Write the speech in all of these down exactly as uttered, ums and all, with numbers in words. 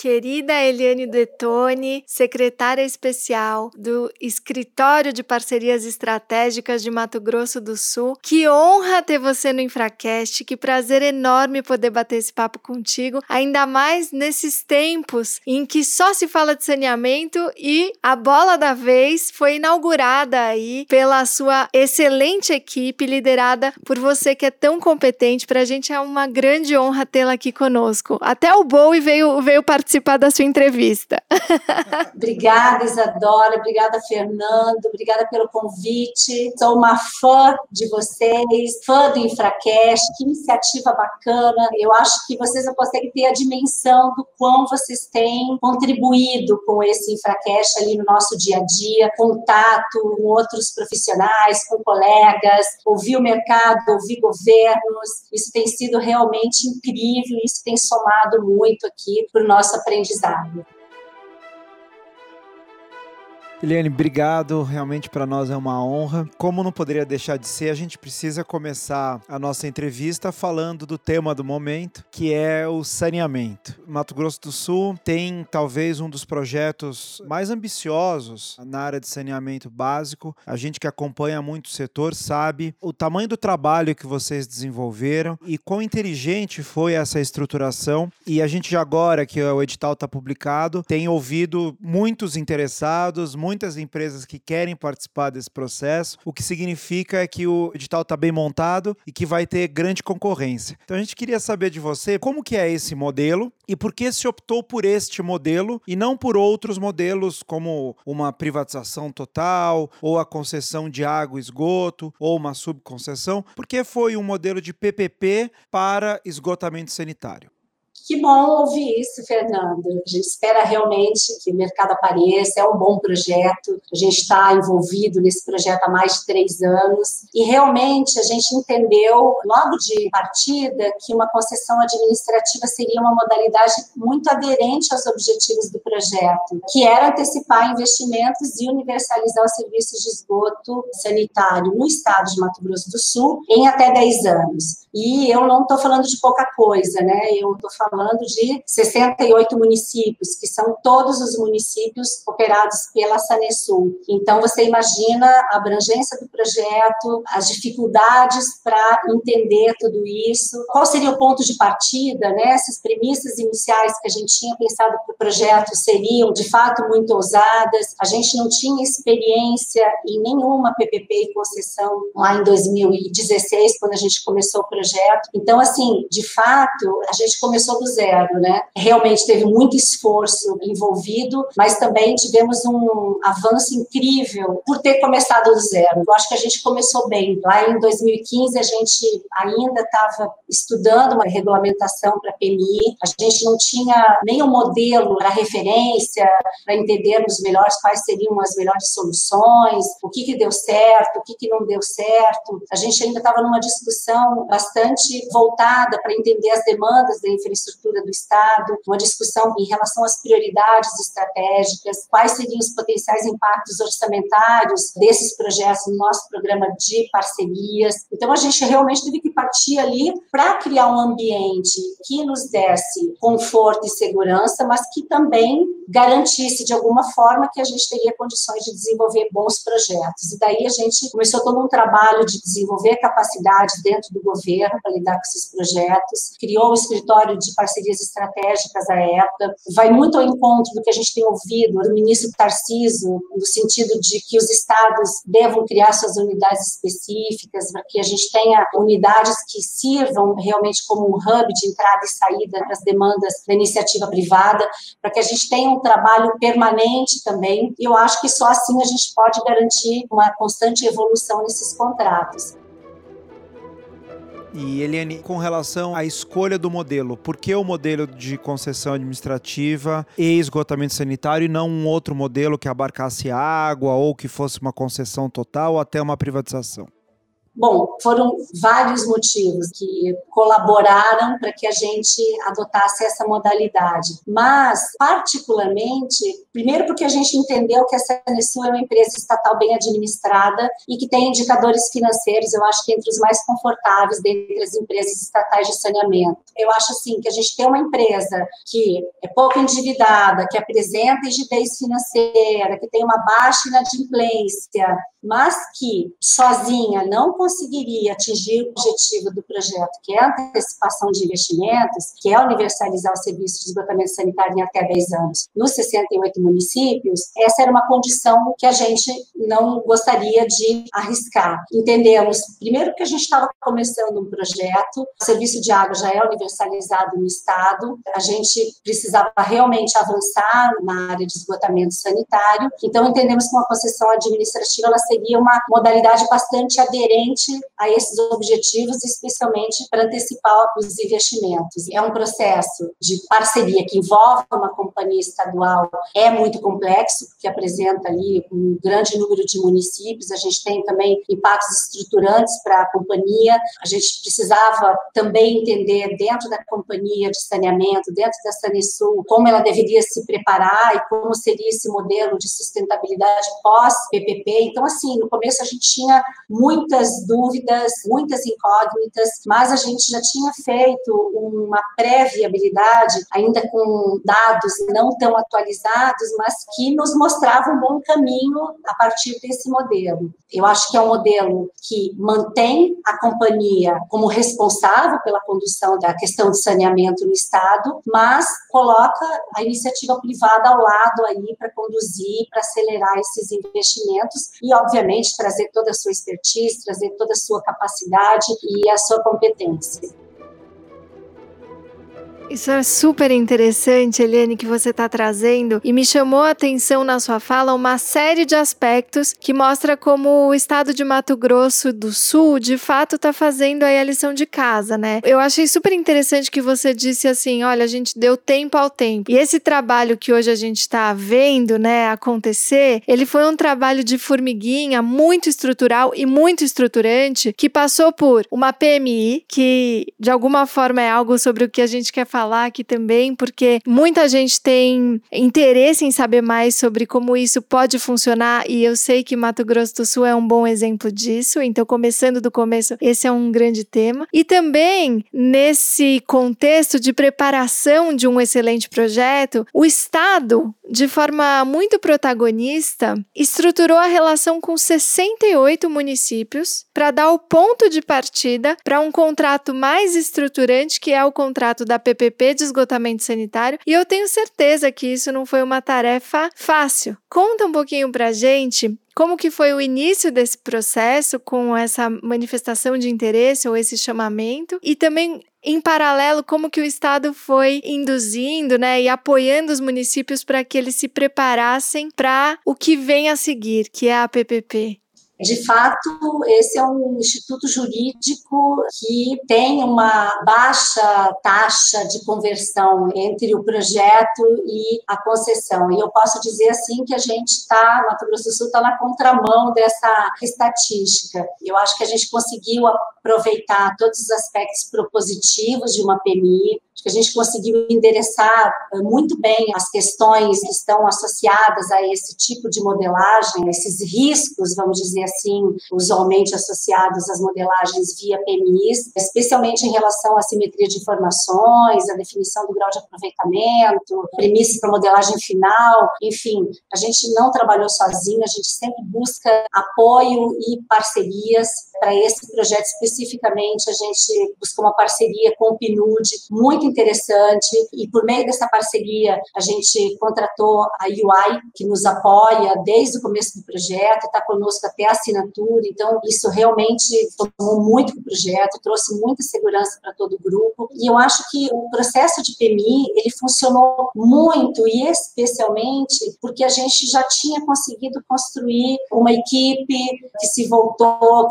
querida Eliane Detoni, secretária especial do Escritório de Parcerias Estratégicas de Mato Grosso do Sul. Que honra ter você no Infracast, que prazer enorme poder bater esse papo contigo, ainda mais nesses tempos em que só se fala de saneamento e a bola da vez foi inaugurada aí pela sua excelente equipe, liderada por você que é tão competente. Pra gente é uma grande honra tê-la aqui conosco. Até o Bowie veio, veio participar da sua entrevista. Obrigada, Isadora. Obrigada, Fernando. Obrigada pelo convite. Sou uma fã de vocês, fã do Infracast. Que iniciativa bacana. Eu acho que vocês não conseguem ter a dimensão do quão vocês têm contribuído com esse Infracast ali no nosso dia a dia, contato com outros profissionais, com colegas, ouvir o mercado, ouvir governos. Isso tem sido realmente incrível, isso tem somado muito aqui para o nosso aprendizado. Eliane, obrigado, realmente para nós é uma honra. Como não poderia deixar de ser, a gente precisa começar a nossa entrevista falando do tema do momento, que é o saneamento. Mato Grosso do Sul tem talvez um dos projetos mais ambiciosos na área de saneamento básico. A gente que acompanha muito o setor sabe o tamanho do trabalho que vocês desenvolveram e quão inteligente foi essa estruturação. E a gente já agora, que o edital está publicado, tem ouvido muitos interessados, muitos muitas empresas que querem participar desse processo, o que significa é que o edital está bem montado e que vai ter grande concorrência. Então a gente queria saber de você como que é esse modelo e por que se optou por este modelo e não por outros modelos como uma privatização total ou a concessão de água e esgoto ou uma subconcessão. Por que foi um modelo de P P P para esgotamento sanitário? Que bom ouvir isso, Fernando. A gente espera realmente que o mercado apareça, é um bom projeto. A gente está envolvido nesse projeto há mais de três anos e realmente a gente entendeu, logo de partida, que uma concessão administrativa seria uma modalidade muito aderente aos objetivos do projeto, que era antecipar investimentos e universalizar os serviços de esgoto sanitário no estado de Mato Grosso do Sul em até dez anos. E eu não estou falando de pouca coisa, né? Eu estou falando de sessenta e oito municípios, que são todos os municípios operados pela Sanesul. Então, você imagina a abrangência do projeto, as dificuldades para entender tudo isso, qual seria o ponto de partida, né? Essas premissas iniciais que a gente tinha pensado para o projeto seriam, de fato, muito ousadas. A gente não tinha experiência em nenhuma P P P e concessão lá em dois mil e dezesseis, quando a gente começou o projeto. Então, assim, de fato, a gente começou do zero, né? Realmente teve muito esforço envolvido, mas também tivemos um avanço incrível por ter começado do zero. Eu acho que a gente começou bem. Lá em dois mil e quinze, a gente ainda estava estudando uma regulamentação para P M I, a gente não tinha nenhum modelo para referência, para entendermos melhor quais seriam as melhores soluções, o que, que deu certo, o que, que não deu certo. A gente ainda estava numa discussão bastante voltada para entender as demandas da infraestrutura do Estado, uma discussão em relação às prioridades estratégicas, quais seriam os potenciais impactos orçamentários desses projetos no nosso programa de parcerias. Então, a gente realmente teve que partir ali para criar um ambiente que nos desse conforto e segurança, mas que também garantisse, de alguma forma, que a gente teria condições de desenvolver bons projetos. E daí a gente começou todo um trabalho de desenvolver capacidades dentro do governo para lidar com esses projetos, criou um escritório de parcerias estratégicas à época, vai muito ao encontro do que a gente tem ouvido do ministro Tarcísio, no sentido de que os estados devam criar suas unidades específicas, para que a gente tenha unidades que sirvam realmente como um hub de entrada e saída das demandas da iniciativa privada, para que a gente tenha um trabalho permanente também, e eu acho que só assim a gente pode garantir uma constante evolução nesses contratos. E, Eliane, com relação à escolha do modelo, por que o modelo de concessão administrativa e esgotamento sanitário e não um outro modelo que abarcasse água ou que fosse uma concessão total ou até uma privatização? Bom, foram vários motivos que colaboraram para que a gente adotasse essa modalidade, mas, particularmente, primeiro porque a gente entendeu que a Sanesul é uma empresa estatal bem administrada e que tem indicadores financeiros, eu acho que entre os mais confortáveis dentre as empresas estatais de saneamento. Eu acho, assim, que a gente tem uma empresa que é pouco endividada, que apresenta rigidez financeira, que tem uma baixa inadimplência, mas que sozinha não conseguiria atingir o objetivo do projeto, que é a antecipação de investimentos, que é universalizar o serviço de esgotamento sanitário em até dez anos nos sessenta e oito municípios, essa era uma condição que a gente não gostaria de arriscar. Entendemos, primeiro, que a gente estava começando um projeto, o serviço de água já é universalizado no Estado, a gente precisava realmente avançar na área de esgotamento sanitário, então entendemos que uma concessão administrativa ela seria uma modalidade bastante aderente a esses objetivos, especialmente para antecipar os investimentos. É um processo de parceria que envolve uma companhia estadual, é muito complexo, porque apresenta ali um grande número de municípios, a gente tem também impactos estruturantes para a companhia, a gente precisava também entender dentro da companhia de saneamento, dentro da Sanesul, como ela deveria se preparar e como seria esse modelo de sustentabilidade pós-P P P. Então, assim, no começo a gente tinha muitas dúvidas, muitas incógnitas, mas a gente já tinha feito uma pré-viabilidade, ainda com dados não tão atualizados, mas que nos mostravam um bom caminho a partir desse modelo. Eu acho que é um modelo que mantém a companhia como responsável pela condução da questão de saneamento no Estado, mas coloca a iniciativa privada ao lado aí para conduzir, para acelerar esses investimentos e, obviamente, trazer toda a sua expertise, trazer toda a sua capacidade e a sua competência. Isso é super interessante, Eliane, que você está trazendo, e me chamou a atenção na sua fala uma série de aspectos que mostra como o estado de Mato Grosso do Sul, de fato, está fazendo aí a lição de casa, né? Eu achei super interessante que você disse assim, olha, a gente deu tempo ao tempo. E esse trabalho que hoje a gente está vendo, né, acontecer, ele foi um trabalho de formiguinha muito estrutural e muito estruturante, que passou por uma P M I, que de alguma forma é algo sobre o que a gente quer falar aqui também, porque muita gente tem interesse em saber mais sobre como isso pode funcionar e eu sei que Mato Grosso do Sul é um bom exemplo disso, então começando do começo, esse é um grande tema. E também, nesse contexto de preparação de um excelente projeto, o Estado, de forma muito protagonista, estruturou a relação com sessenta e oito municípios para dar o ponto de partida para um contrato mais estruturante, que é o contrato da P P P de esgotamento sanitário, e eu tenho certeza que isso não foi uma tarefa fácil. Conta um pouquinho pra gente como que foi o início desse processo com essa manifestação de interesse ou esse chamamento, e também, em paralelo, como que o Estado foi induzindo, né, e apoiando os municípios para que eles se preparassem para o que vem a seguir, que é a P P P. De fato, esse é um instituto jurídico que tem uma baixa taxa de conversão entre o projeto e a concessão. E eu posso dizer assim que a gente está, Mato Grosso do Sul está na contramão dessa estatística. Eu acho que a gente conseguiu aproveitar todos os aspectos propositivos de uma P M I, acho que a gente conseguiu endereçar muito bem as questões que estão associadas a esse tipo de modelagem, esses riscos, vamos dizer assim, usualmente associados às modelagens via P M Is, especialmente em relação à simetria de informações, a definição do grau de aproveitamento, premissas para modelagem final, enfim, a gente não trabalhou sozinho, a gente sempre busca apoio e parcerias. Para esse projeto especificamente, a gente buscou uma parceria com o P N U D muito interessante, e por meio dessa parceria a gente contratou a U I, que nos apoia desde o começo do projeto, está conosco até a assinatura, então isso realmente tomou muito para o projeto, trouxe muita segurança para todo o grupo, e eu acho que o processo de P M I, ele funcionou muito, e especialmente porque a gente já tinha conseguido construir uma equipe que se voltou, que discutiu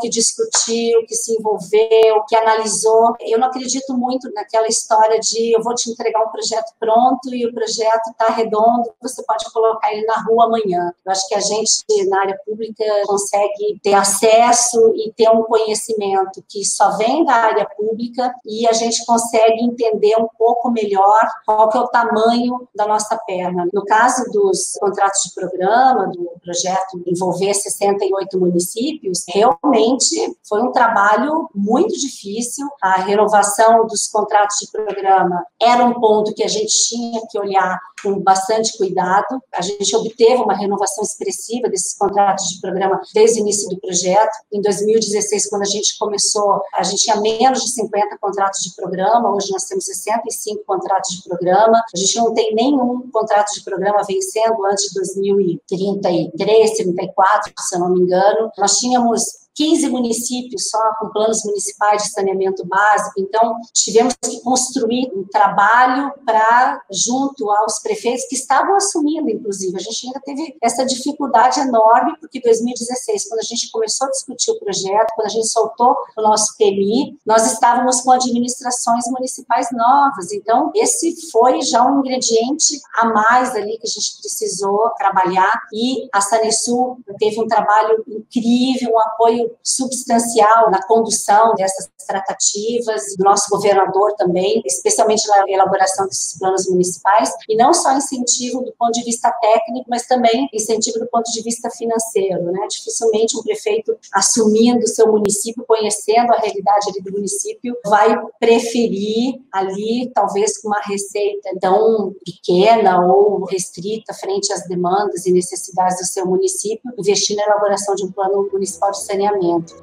discutiu, que se envolveu, que analisou. Eu não acredito muito naquela história de eu vou te entregar um projeto pronto e o projeto está redondo, você pode colocar ele na rua amanhã. Eu acho que a gente, na área pública, consegue ter acesso e ter um conhecimento que só vem da área pública e a gente consegue entender um pouco melhor qual que é o tamanho da nossa perna. No caso dos contratos de programa, do projeto envolver sessenta e oito municípios, realmente foi um trabalho muito difícil. A renovação dos contratos de programa era um ponto que a gente tinha que olhar com bastante cuidado. A gente obteve uma renovação expressiva desses contratos de programa desde o início do projeto. Em dois mil e dezesseis, quando a gente começou, a gente tinha menos de cinquenta contratos de programa, hoje nós temos sessenta e cinco contratos de programa. A gente não tem nenhum contrato de programa vencendo antes de dois mil e trinta e três, trinta e quatro, se eu não me engano. Nós tínhamos quinze municípios só com planos municipais de saneamento básico, então tivemos que construir um trabalho para, junto aos prefeitos que estavam assumindo, inclusive, a gente ainda teve essa dificuldade enorme, porque em dois mil e dezesseis, quando a gente começou a discutir o projeto, quando a gente soltou o nosso P M I, nós estávamos com administrações municipais novas, então esse foi já um ingrediente a mais ali que a gente precisou trabalhar, e a Sanesul teve um trabalho incrível, um apoio substancial na condução dessas tratativas, do nosso governador também, especialmente na elaboração desses planos municipais, e não só incentivo do ponto de vista técnico, mas também incentivo do ponto de vista financeiro, né? Dificilmente um prefeito assumindo o seu município, conhecendo a realidade ali do município, vai preferir ali, talvez com uma receita tão pequena ou restrita frente às demandas e necessidades do seu município, investir na elaboração de um plano municipal de saneamento.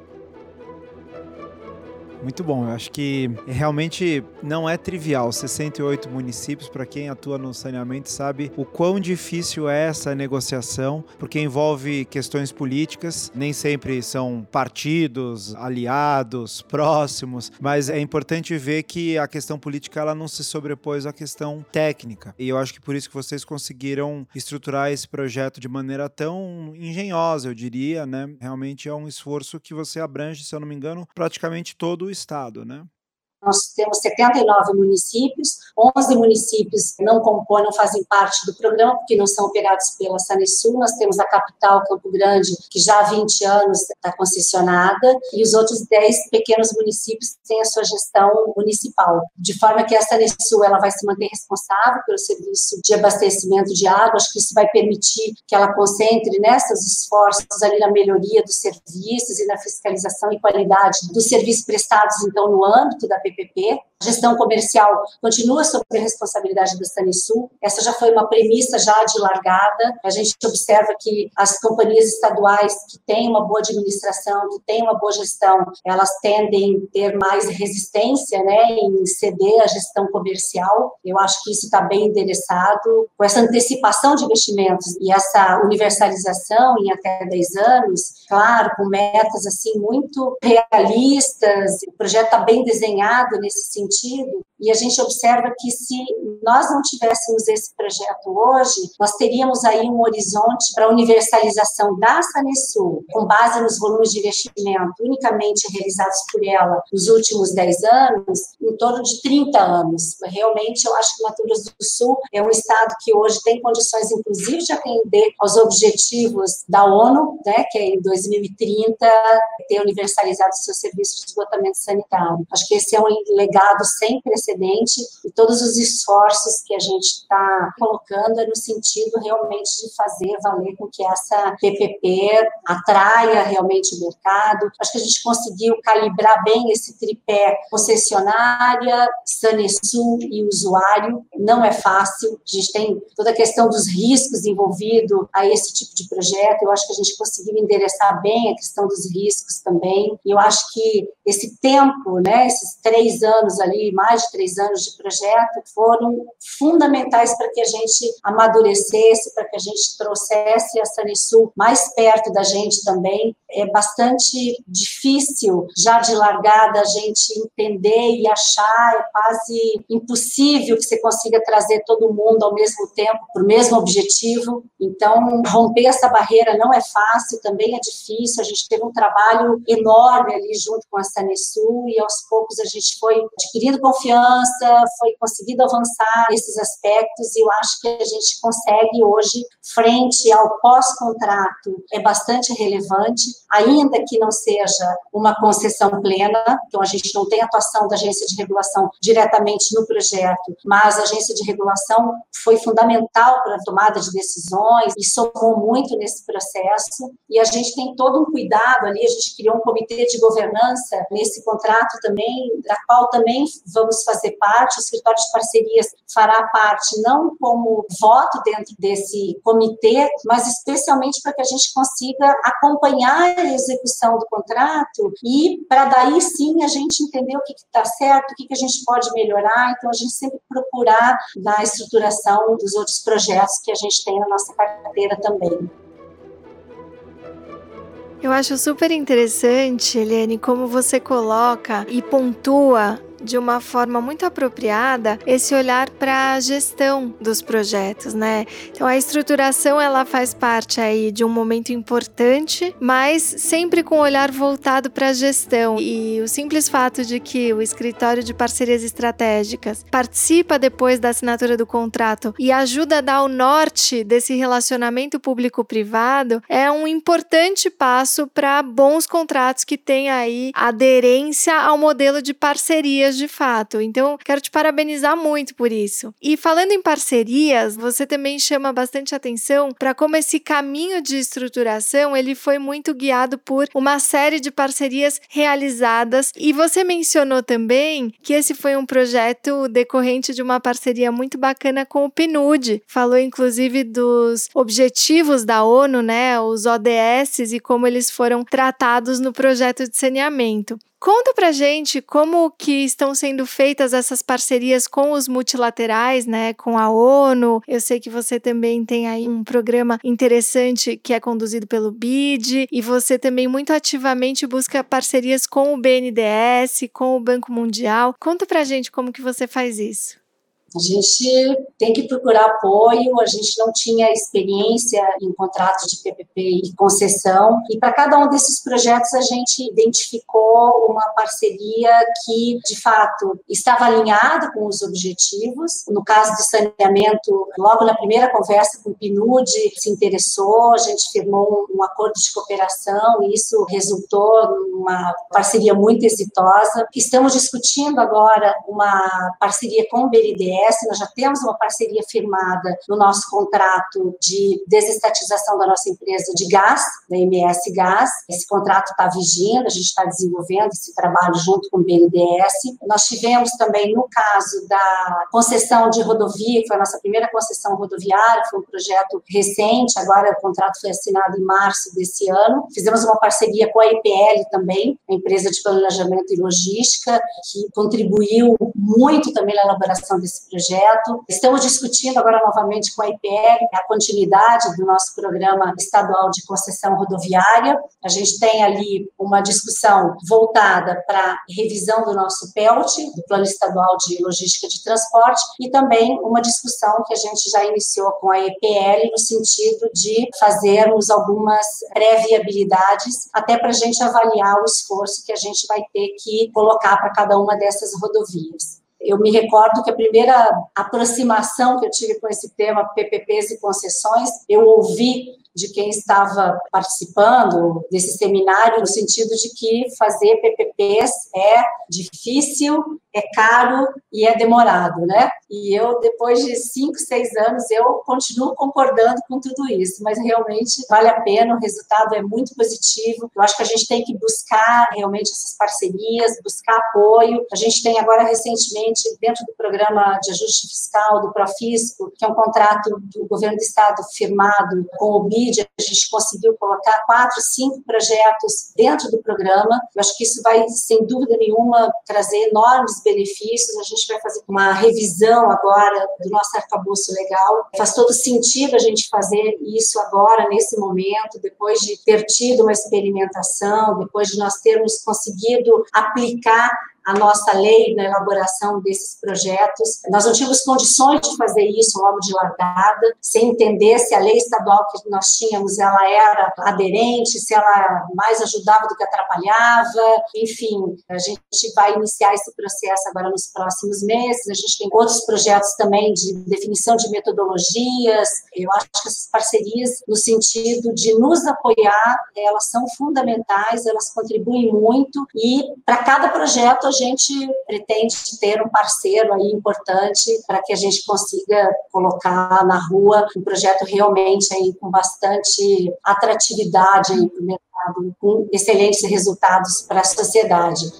Muito bom, eu acho que realmente não é trivial. sessenta e oito municípios, para quem atua no saneamento, sabe o quão difícil é essa negociação, porque envolve questões políticas, nem sempre são partidos, aliados, próximos, mas é importante ver que a questão política ela não se sobrepôs à questão técnica. E eu acho que por isso que vocês conseguiram estruturar esse projeto de maneira tão engenhosa, eu diria, né? Realmente é um esforço que você abrange, se eu não me engano, praticamente todo o estado, né? Nós temos setenta e nove municípios, onze municípios não compõem, não fazem parte do programa, porque não são operados pela Sanesul. Nós temos a capital, Campo Grande, que já há vinte anos está concessionada, e os outros dez pequenos municípios têm a sua gestão municipal, de forma que a Sanesul ela vai se manter responsável pelo serviço de abastecimento de água. Acho que isso vai permitir que ela concentre nesses esforços ali na melhoria dos serviços e na fiscalização e qualidade dos serviços prestados, então, no âmbito da P P P. A gestão comercial continua sob a responsabilidade da Sanesul. Essa já foi uma premissa já de largada. A gente observa que as companhias estaduais que têm uma boa administração, que têm uma boa gestão, elas tendem a ter mais resistência, né, em ceder à gestão comercial. Eu acho que isso está bem endereçado. Com essa antecipação de investimentos e essa universalização em até dez anos, claro, com metas assim muito realistas, o projeto está bem desenhado nesse sentido, e a gente observa que se nós não tivéssemos esse projeto hoje, nós teríamos aí um horizonte para a universalização da Sanesul, com base nos volumes de investimento unicamente realizados por ela nos últimos dez anos, em torno de trinta anos. Realmente, eu acho que o Mato Grosso do Sul é um estado que hoje tem condições, inclusive, de atender aos objetivos da ONU, né, que é em dois mil e trinta, ter universalizado o seu serviço de esgotamento sanitário. Acho que esse é um legado sem precedente, e todos os esforços que a gente está colocando é no sentido realmente de fazer valer com que essa P P P atraia realmente o mercado. Acho que a gente conseguiu calibrar bem esse tripé concessionária, Sanesul e usuário. Não é fácil, a gente tem toda a questão dos riscos envolvidos a esse tipo de projeto. Eu acho que a gente conseguiu endereçar bem a questão dos riscos também, e eu acho que esse tempo, né, esses três anos ali ali mais de três anos de projeto, foram fundamentais para que a gente amadurecesse, para que a gente trouxesse a Sanesul mais perto da gente também. É bastante difícil, já de largada, a gente entender e achar, é quase impossível que você consiga trazer todo mundo ao mesmo tempo, para o mesmo objetivo. Então, romper essa barreira não é fácil, também é difícil. A gente teve um trabalho enorme ali junto com a Sanesul e aos poucos a gente foi adquirindo confiança, foi conseguindo avançar nesses aspectos, e eu acho que a gente consegue hoje, frente ao pós-contrato, é bastante relevante, ainda que não seja uma concessão plena. Então a gente não tem atuação da agência de regulação diretamente no projeto, mas a agência de regulação foi fundamental para a tomada de decisões e somou muito nesse processo, e a gente tem todo um cuidado ali, a gente criou um comitê de governança nesse contrato também, da qual também vamos fazer parte, o escritório de parcerias fará parte, não como voto dentro desse comitê, mas especialmente para que a gente consiga acompanhar a execução do contrato e para daí sim a gente entender o que está certo, o que, que a gente pode melhorar. Então a gente sempre procurar na estruturação dos outros projetos que a gente tem na nossa carteira também. Eu acho super interessante, Eliane, como você coloca e pontua de uma forma muito apropriada esse olhar para a gestão dos projetos, né? Então a estruturação ela faz parte aí de um momento importante, mas sempre com o olhar voltado para a gestão, e o simples fato de que o escritório de parcerias estratégicas participa depois da assinatura do contrato e ajuda a dar o norte desse relacionamento público-privado é um importante passo para bons contratos que têm aí aderência ao modelo de parcerias de fato. Então, quero te parabenizar muito por isso. E falando em parcerias, você também chama bastante atenção para como esse caminho de estruturação, ele foi muito guiado por uma série de parcerias realizadas, e você mencionou também que esse foi um projeto decorrente de uma parceria muito bacana com o P N U D. Falou inclusive dos objetivos da ONU, né, os O D S, e como eles foram tratados no projeto de saneamento. Conta pra gente como que estão sendo feitas essas parcerias com os multilaterais, né, com a ONU. Eu sei que você também tem aí um programa interessante que é conduzido pelo B I D, e você também muito ativamente busca parcerias com o B N D E S, com o Banco Mundial. Conta pra gente como que você faz isso. A gente tem que procurar apoio, a gente não tinha experiência em contratos de P P P e concessão, e para cada um desses projetos a gente identificou uma parceria que, de fato, estava alinhada com os objetivos. No caso do saneamento, logo na primeira conversa com o P N U D, se interessou, a gente firmou um acordo de cooperação e isso resultou numa parceria muito exitosa. Estamos discutindo agora uma parceria com o B N D E S. Nós já temos uma parceria firmada no nosso contrato de desestatização da nossa empresa de gás, da M S Gás. Esse contrato está vigindo, a gente está desenvolvendo esse trabalho junto com o B N D E S. Nós tivemos também, no caso da concessão de rodovia, que foi a nossa primeira concessão rodoviária, foi um projeto recente, agora o contrato foi assinado em março desse ano. Fizemos uma parceria com a I P L também, a empresa de planejamento e logística, que contribuiu muito também na elaboração desse projeto. Estamos discutindo agora novamente com a I P L a continuidade do nosso programa estadual de concessão rodoviária. A gente tem ali uma discussão voltada para a revisão do nosso P E L T, do Plano Estadual de Logística de Transporte, e também uma discussão que a gente já iniciou com a E P L no sentido de fazermos algumas pré-viabilidades até para a gente avaliar o esforço que a gente vai ter que colocar para cada uma dessas rodovias. Eu me recordo que a primeira aproximação que eu tive com esse tema, P P Ps e concessões, eu ouvi de quem estava participando desse seminário, no sentido de que fazer P P Ps é difícil, é caro e é demorado, né? E eu, depois de cinco, seis anos, eu continuo concordando com tudo isso, mas realmente vale a pena, o resultado é muito positivo. Eu acho que a gente tem que buscar realmente essas parcerias, buscar apoio. A gente tem agora, recentemente, dentro do programa de ajuste fiscal do Profisco, que é um contrato do governo do estado firmado com o B I D, a gente conseguiu colocar quatro, cinco projetos dentro do programa. Eu acho que isso vai, sem dúvida nenhuma, trazer enormes nossos benefícios, a gente vai fazer uma revisão agora do nosso arcabouço legal. Faz todo sentido a gente fazer isso agora, nesse momento, depois de ter tido uma experimentação, depois de nós termos conseguido aplicar a nossa lei na elaboração desses projetos. Nós não tínhamos condições de fazer isso logo de largada, sem entender se a lei estadual que nós tínhamos, ela era aderente, se ela mais ajudava do que atrapalhava. Enfim, a gente vai iniciar esse processo agora nos próximos meses. A gente tem outros projetos também de definição de metodologias. Eu acho que essas parcerias, no sentido de nos apoiar, elas são fundamentais, elas contribuem muito, e para cada projeto a gente pretende ter um parceiro aí importante para que a gente consiga colocar na rua um projeto realmente aí com bastante atratividade aí para o mercado, com excelentes resultados para a sociedade.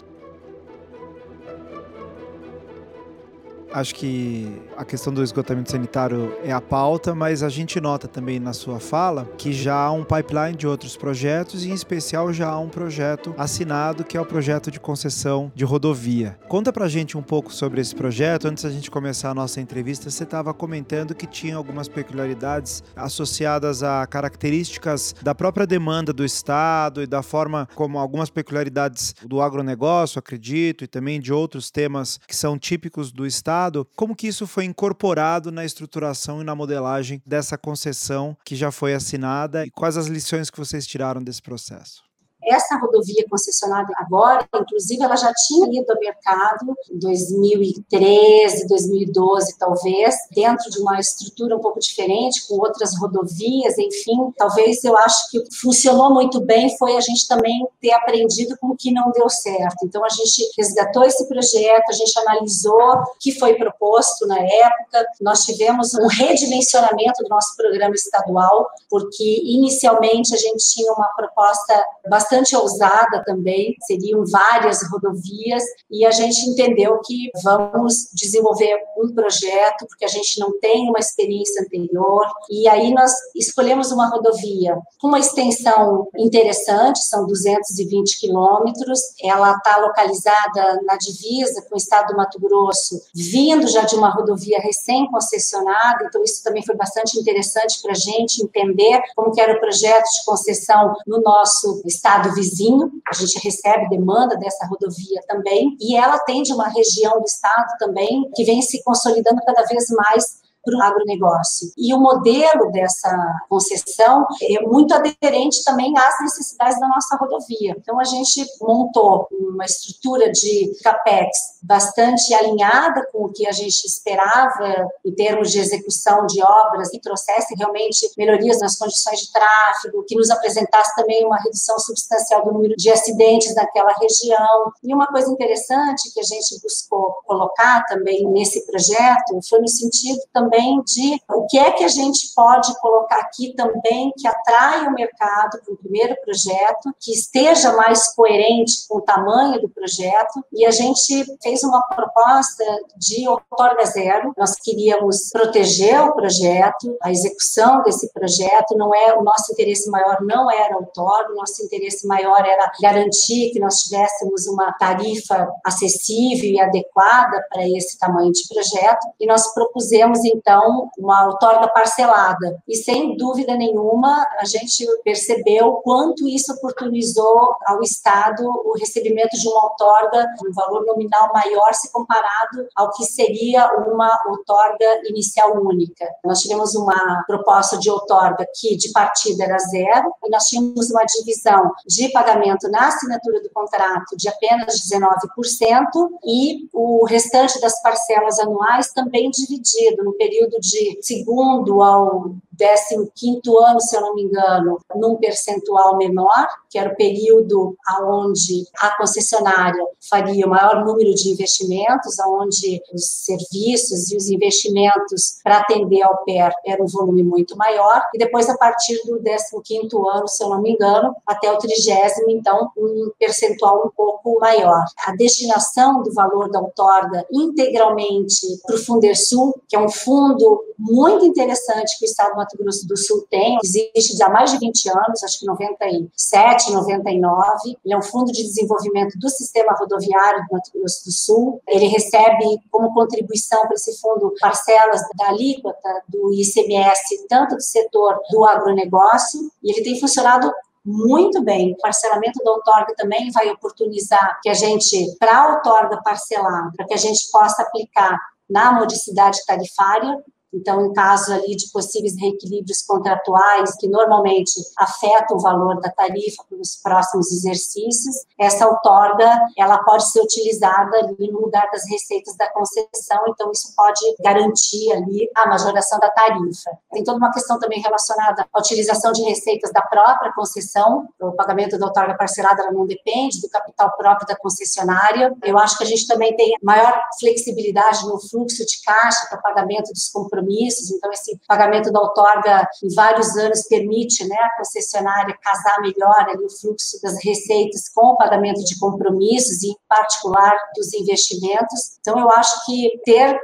Acho que a questão do esgotamento sanitário é a pauta, mas a gente nota também na sua fala que já há um pipeline de outros projetos e, em especial, já há um projeto assinado, que é o projeto de concessão de rodovia. Conta pra gente um pouco sobre esse projeto. Antes da gente começar a nossa entrevista, você estava comentando que tinha algumas peculiaridades associadas a características da própria demanda do Estado e da forma como algumas peculiaridades do agronegócio, acredito, e também de outros temas que são típicos do Estado. Como que isso foi incorporado na estruturação e na modelagem dessa concessão que já foi assinada, e quais as lições que vocês tiraram desse processo? Essa rodovia concessionada agora, inclusive, ela já tinha ido ao mercado em dois mil e treze, dois mil e doze, talvez, dentro de uma estrutura um pouco diferente, com outras rodovias, enfim. Talvez eu acho que o que funcionou muito bem foi a gente também ter aprendido com o que não deu certo. Então, a gente resgatou esse projeto, a gente analisou o que foi proposto na época. Nós tivemos um redimensionamento do nosso programa estadual, porque inicialmente a gente tinha uma proposta bastante bastante ousada também, seriam várias rodovias, e a gente entendeu que vamos desenvolver um projeto, porque a gente não tem uma experiência anterior, e aí nós escolhemos uma rodovia com uma extensão interessante, são duzentos e vinte quilômetros, ela está localizada na divisa com o estado do Mato Grosso, vindo já de uma rodovia recém-concessionada, então isso também foi bastante interessante para a gente entender como que era o projeto de concessão no nosso estado vizinho. A gente recebe demanda dessa rodovia também, e ela atende uma região do estado também que vem se consolidando cada vez mais para o agronegócio. E o modelo dessa concessão é muito aderente também às necessidades da nossa rodovia. Então, a gente montou uma estrutura de capex bastante alinhada com o que a gente esperava em termos de execução de obras, que trouxesse realmente melhorias nas condições de tráfego, que nos apresentasse também uma redução substancial do número de acidentes naquela região. E uma coisa interessante que a gente buscou colocar também nesse projeto foi no sentido também de o que é que a gente pode colocar aqui também que atraia o mercado para o primeiro projeto, que esteja mais coerente com o tamanho do projeto, e a gente fez uma proposta de outorga zero. Nós queríamos proteger o projeto, a execução desse projeto, não é, o nosso interesse maior não era outorga, o nosso interesse maior era garantir que nós tivéssemos uma tarifa acessível e adequada para esse tamanho de projeto, e nós propusemos, então, Então, uma outorga parcelada. E, sem dúvida nenhuma, a gente percebeu quanto isso oportunizou ao Estado o recebimento de uma outorga, um valor nominal maior se comparado ao que seria uma outorga inicial única. Nós tivemos uma proposta de outorga que, de partida, era zero, e nós tínhamos uma divisão de pagamento na assinatura do contrato de apenas dezenove por cento e o restante das parcelas anuais também dividido no período de segundo ao décimo quinto ano, se eu não me engano, num percentual menor, que era o período onde a concessionária faria o maior número de investimentos, onde os serviços e os investimentos para atender ao P E R eram um volume muito maior, e depois, a partir do décimo quinto ano, se eu não me engano, até o trigésimo, então, um percentual um pouco maior. A destinação do valor da outorga integralmente para o Fundersul, que é um fundo muito interessante que o Estado Mato Grosso do Sul tem, existe há mais de vinte anos, acho que noventa e sete, noventa e nove. Ele é um fundo de desenvolvimento do sistema rodoviário do Mato Grosso do Sul. Ele recebe como contribuição para esse fundo parcelas da alíquota do I C M S, tanto do setor do agronegócio, e ele tem funcionado muito bem. O parcelamento da outorga também vai oportunizar que a gente, para a outorga parcelada, para que a gente possa aplicar na modicidade tarifária. Então, em caso ali de possíveis reequilíbrios contratuais que normalmente afetam o valor da tarifa para os próximos exercícios, essa outorga, ela pode ser utilizada ali no lugar das receitas da concessão, então isso pode garantir ali a majoração da tarifa. Tem toda uma questão também relacionada à utilização de receitas da própria concessão. O pagamento da outorga parcelada ela não depende do capital próprio da concessionária. Eu acho que a gente também tem maior flexibilidade no fluxo de caixa para pagamento dos compromissos. Então, esse pagamento da outorga em vários anos permite, né, a concessionária casar melhor ali o fluxo das receitas com o pagamento de compromissos e, em particular, dos investimentos. Então, eu acho que ter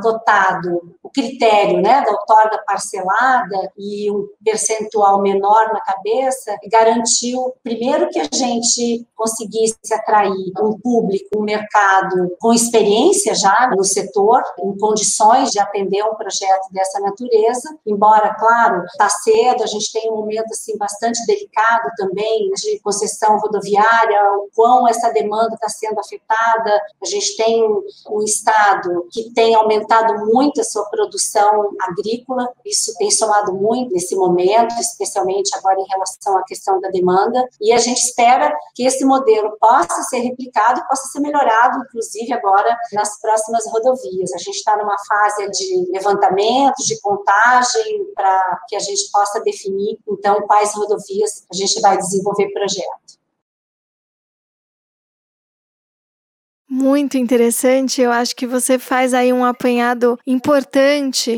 adotado o critério, né, da outorga parcelada e um percentual menor na cabeça garantiu, primeiro, que a gente conseguisse atrair um público, um mercado com experiência já no setor, em condições de atender um projeto dessa natureza, embora, claro, está cedo, a gente tem um momento assim, bastante delicado também de concessão rodoviária, o quão essa demanda está sendo afetada. A gente tem um estado que tem aumentado muito a sua produção agrícola, isso tem somado muito nesse momento, especialmente agora em relação à questão da demanda, e a gente espera que esse modelo possa ser replicado e possa ser melhorado, inclusive agora nas próximas rodovias. A gente está numa fase de levantamento, de contagem, para que a gente possa definir, então, quais rodovias a gente vai desenvolver projeto. Muito interessante, eu acho que você faz aí um apanhado importante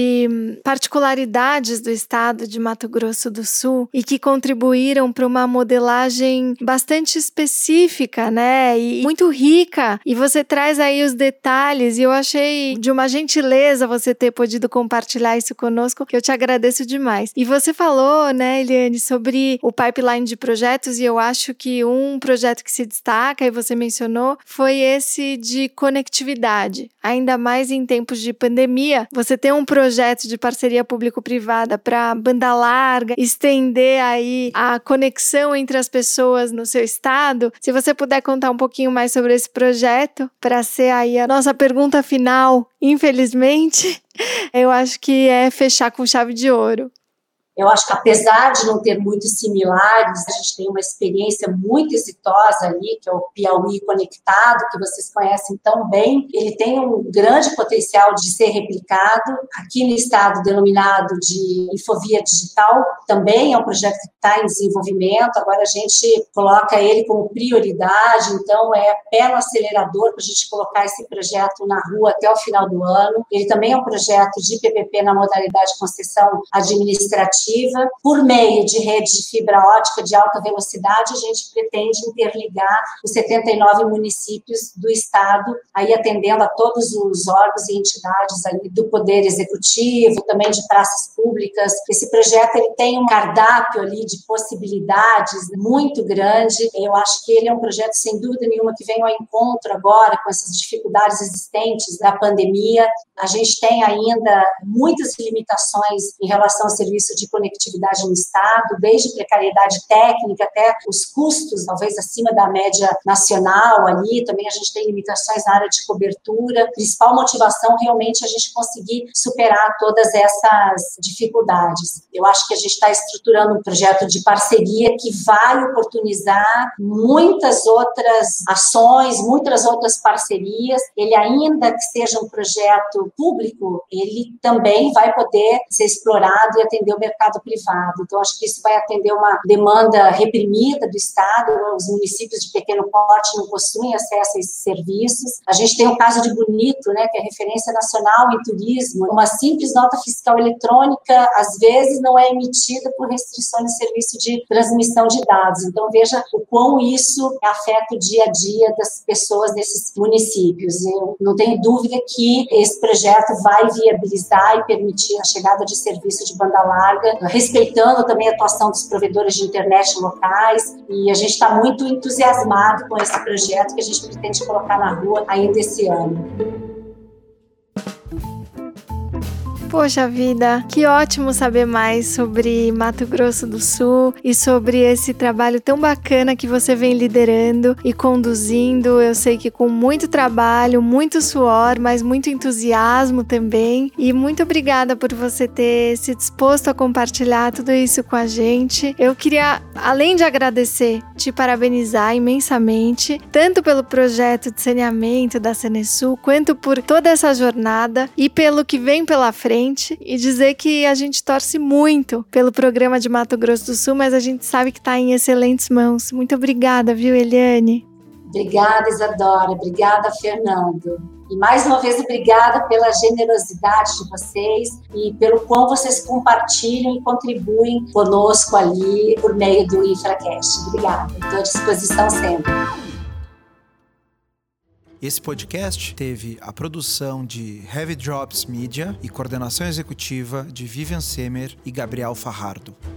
de particularidades do estado de Mato Grosso do Sul e que contribuíram para uma modelagem bastante específica, né, e muito rica, e você traz aí os detalhes, e eu achei de uma gentileza você ter podido compartilhar isso conosco, que eu te agradeço demais. E você falou, né, Eliane, sobre o pipeline de projetos, e eu acho que um projeto que se destaca, e você mencionou, foi esse de conectividade, ainda mais em tempos de pandemia. Você tem um projeto de parceria público-privada para banda larga, estender aí a conexão entre as pessoas no seu estado. Se você puder contar um pouquinho mais sobre esse projeto, para ser aí a nossa pergunta final, infelizmente, eu acho que é fechar com chave de ouro. Eu acho que, apesar de não ter muitos similares, a gente tem uma experiência muito exitosa ali, que é o Piauí Conectado, que vocês conhecem tão bem. Ele tem um grande potencial de ser replicado. Aqui no estado, denominado de Infovia Digital, também é um projeto que está em desenvolvimento. Agora a gente coloca ele como prioridade, então é pé no acelerador para a gente colocar esse projeto na rua até o final do ano. Ele também é um projeto de P P P na modalidade concessão administrativa. Por meio de redes de fibra ótica de alta velocidade, a gente pretende interligar os setenta e nove municípios do estado, aí atendendo a todos os órgãos e entidades ali do Poder Executivo, também de praças públicas. Esse projeto ele tem um cardápio ali de possibilidades muito grande. Eu acho que ele é um projeto, sem dúvida nenhuma, que vem ao encontro agora com essas dificuldades existentes da pandemia. A gente tem ainda muitas limitações em relação ao serviço de conectividade no estado, desde precariedade técnica até os custos, talvez acima da média nacional ali. Também a gente tem limitações na área de cobertura. A principal motivação realmente é a gente conseguir superar todas essas dificuldades. Eu acho que a gente está estruturando um projeto de parceria que vai oportunizar muitas outras ações, muitas outras parcerias. Ele, ainda que seja um projeto público, ele também vai poder ser explorado e atender o mercado mercado privado. Então, acho que isso vai atender uma demanda reprimida do Estado. Os municípios de pequeno porte não possuem acesso a esses serviços. A gente tem o caso de Bonito, né, que é referência nacional em turismo. Uma simples nota fiscal eletrônica, às vezes, não é emitida por restrições de serviço de transmissão de dados. Então, veja o quão isso afeta o dia a dia das pessoas desses municípios. Eu não tenho dúvida que esse projeto vai viabilizar e permitir a chegada de serviço de banda larga, respeitando também a atuação dos provedores de internet locais, e a gente está muito entusiasmado com esse projeto que a gente pretende colocar na rua ainda esse ano. Poxa vida, que ótimo saber mais sobre Mato Grosso do Sul e sobre esse trabalho tão bacana que você vem liderando e conduzindo. Eu sei que com muito trabalho, muito suor, mas muito entusiasmo também. E muito obrigada por você ter se disposto a compartilhar tudo isso com a gente. Eu queria, além de agradecer, te parabenizar imensamente, tanto pelo projeto de saneamento da Cenesul, quanto por toda essa jornada e pelo que vem pela frente. E dizer que a gente torce muito pelo programa de Mato Grosso do Sul, mas a gente sabe que está em excelentes mãos. Muito obrigada, viu, Eliane? Obrigada, Isadora. Obrigada, Fernando. E mais uma vez, obrigada pela generosidade de vocês e pelo quão vocês compartilham e contribuem conosco ali por meio do InfraCast. Obrigada. Estou à disposição sempre. Esse podcast teve a produção de Heavy Drops Media e coordenação executiva de Vivian Semer e Gabriel Farrardo.